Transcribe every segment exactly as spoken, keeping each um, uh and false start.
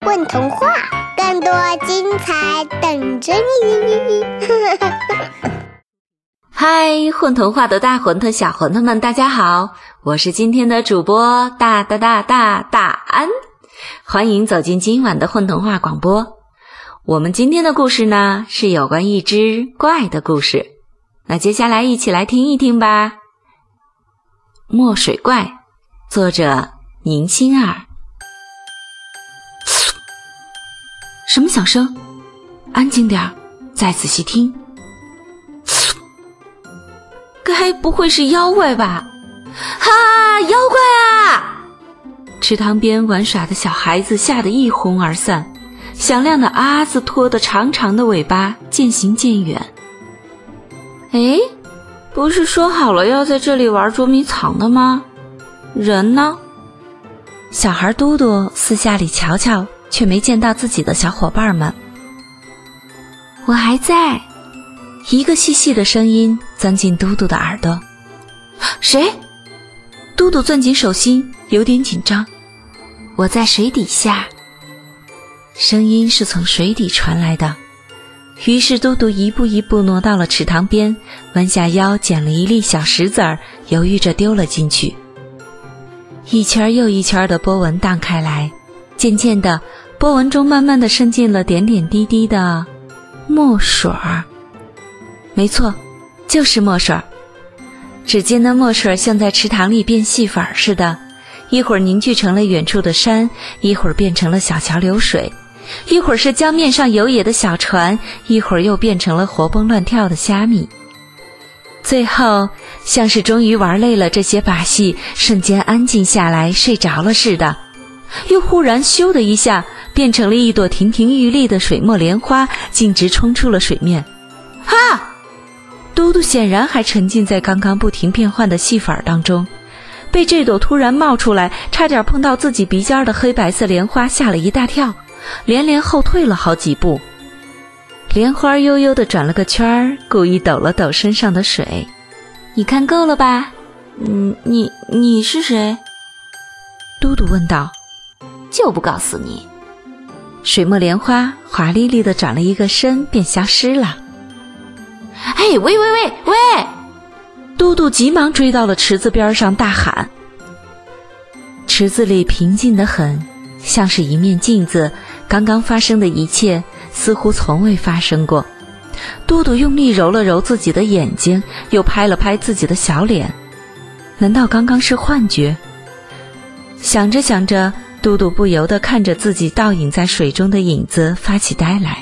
混童话，更多精彩等着你。 嗨，混童话的大馄饨小馄饨们，大家好，我是今天的主播大大大大大安，欢迎走进今晚的混童话广播。我们今天的故事呢，是有关一只怪的故事，那接下来一起来听一听吧。墨水怪，作者宁心儿。什么响声？安静点儿，再仔细听。该不会是妖怪吧？哈，妖怪啊！池塘边玩耍的小孩子吓得一哄而散，响亮的鸭子拖得长长的尾巴渐行渐远。诶，不是说好了要在这里玩捉迷藏的吗？人呢？小孩嘟嘟四下里瞧瞧，却没见到自己的小伙伴们。我还在。一个细细的声音钻进嘟嘟的耳朵。谁？嘟嘟攥紧手心，有点紧张。我在水底下。声音是从水底传来的。于是嘟嘟一步一步挪到了池塘边，弯下腰捡了一粒小石子儿，犹豫着丢了进去。一圈又一圈的波纹荡开来，渐渐的，波纹中慢慢的渗进了点点滴滴的墨水儿。没错，就是墨水。只见那墨水像在池塘里变细粉似的，一会儿凝聚成了远处的山，一会儿变成了小桥流水，一会儿是江面上游野的小船，一会儿又变成了活蹦乱跳的虾米。最后像是终于玩累了这些把戏，瞬间安静下来睡着了似的，又忽然咻的一下变成了一朵亭亭玉立的水墨莲花，径直冲出了水面。哈！嘟嘟显然还沉浸在刚刚不停变换的戏法当中，被这朵突然冒出来差点碰到自己鼻尖的黑白色莲花吓了一大跳，连连后退了好几步。莲花悠悠地转了个圈，故意抖了抖身上的水。你看够了吧？嗯，你你是谁？嘟嘟问道。就不告诉你。水墨莲花华丽丽地转了一个身，便消失了。嘿，喂喂喂喂！嘟嘟急忙追到了池子边上，大喊。池子里平静得很，像是一面镜子，刚刚发生的一切似乎从未发生过。嘟嘟用力揉了揉自己的眼睛，又拍了拍自己的小脸，难道刚刚是幻觉？想着想着，嘟嘟不由得看着自己倒影在水中的影子发起呆来。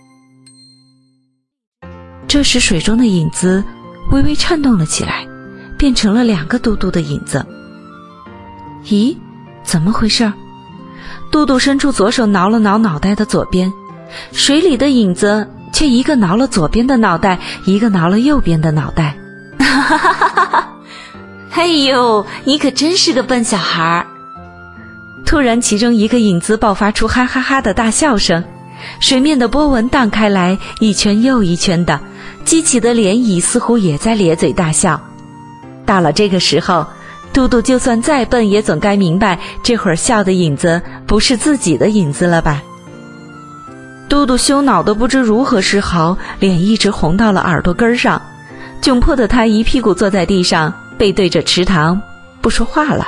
这时水中的影子微微颤动了起来，变成了两个嘟嘟的影子。咦，怎么回事？嘟嘟伸出左手挠了挠脑袋的左边，水里的影子却一个挠了左边的脑袋，一个挠了右边的脑袋。哈哈哈哈哈！哎呦，你可真是个笨小孩。突然其中一个影子爆发出哈哈哈的大笑声，水面的波纹荡开来，一圈又一圈的，激起的涟漪似乎也在咧嘴大笑。到了这个时候，嘟嘟就算再笨也总该明白，这会儿笑的影子不是自己的影子了吧。嘟嘟羞恼的不知如何是好，脸一直红到了耳朵根上，窘迫的他一屁股坐在地上，背对着池塘不说话了。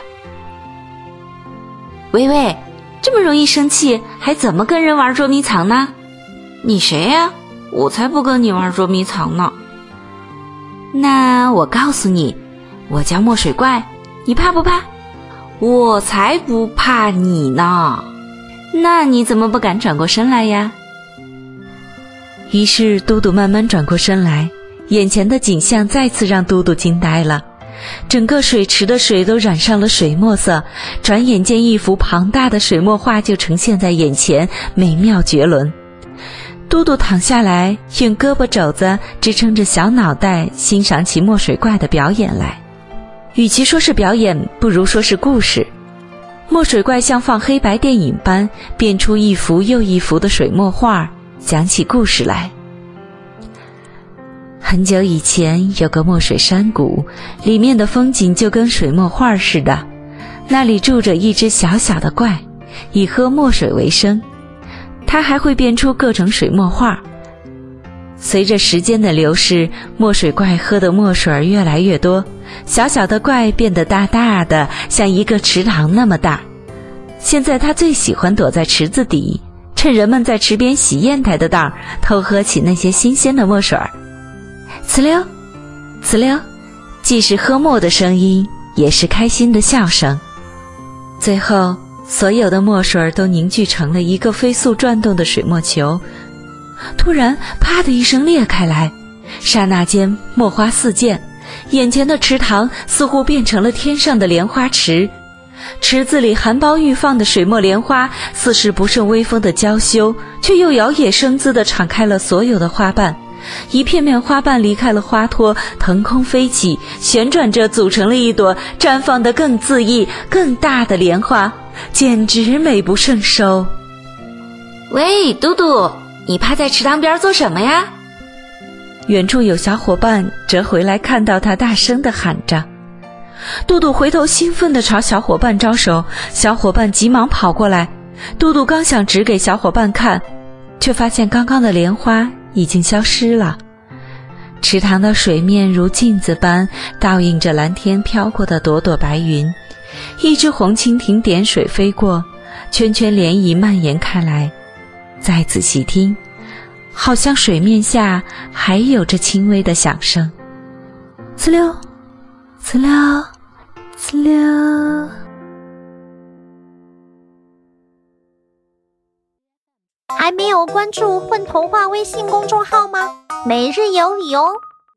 喂喂，这么容易生气，还怎么跟人玩捉迷藏呢？你谁呀？我才不跟你玩捉迷藏呢。那我告诉你，我叫墨水怪，你怕不怕？我才不怕你呢。那你怎么不敢转过身来呀？于是嘟嘟慢慢转过身来，眼前的景象再次让嘟嘟惊呆了。整个水池的水都染上了水墨色，转眼间一幅庞大的水墨画就呈现在眼前，美妙绝伦。嘟嘟躺下来，用胳膊肘子支撑着小脑袋，欣赏起墨水怪的表演来。与其说是表演，不如说是故事。墨水怪像放黑白电影般，变出一幅又一幅的水墨画，讲起故事来。很久以前有个墨水山谷，里面的风景就跟水墨画似的。那里住着一只小小的怪，以喝墨水为生， 它还会变出各种水墨画。随着时间的流逝，墨水怪喝的墨水越来越多，小小的怪变得大大的，像一个池塘那么大。现在他最喜欢躲在池子底，趁人们在池边洗砚台的当偷喝起那些新鲜的墨水。呲溜呲溜，既是喝墨的声音，也是开心的笑声。最后所有的墨水都凝聚成了一个飞速转动的水墨球，突然啪的一声裂开来，刹那间墨花四溅，眼前的池塘似乎变成了天上的莲花池。池子里含苞欲放的水墨莲花似是不胜微风的娇羞，却又摇曳生姿地敞开了所有的花瓣。一片片花瓣离开了花托，腾空飞起，旋转着组成了一朵绽放得更恣意更大的莲花，简直美不胜收。喂，嘟嘟，你趴在池塘边做什么呀？远处有小伙伴折回来，看到他大声地喊着。嘟嘟回头兴奋地朝小伙伴招手，小伙伴急忙跑过来。嘟嘟刚想指给小伙伴看，却发现刚刚的莲花已经消失了。池塘的水面如镜子般倒映着蓝天飘过的朵朵白云，一只红蜻蜓点水飞过，圈圈涟漪蔓延开来。再仔细听，好像水面下还有着轻微的响声，呲溜呲溜呲溜。 还没有关注混童话微信公众号吗？每日有礼哦。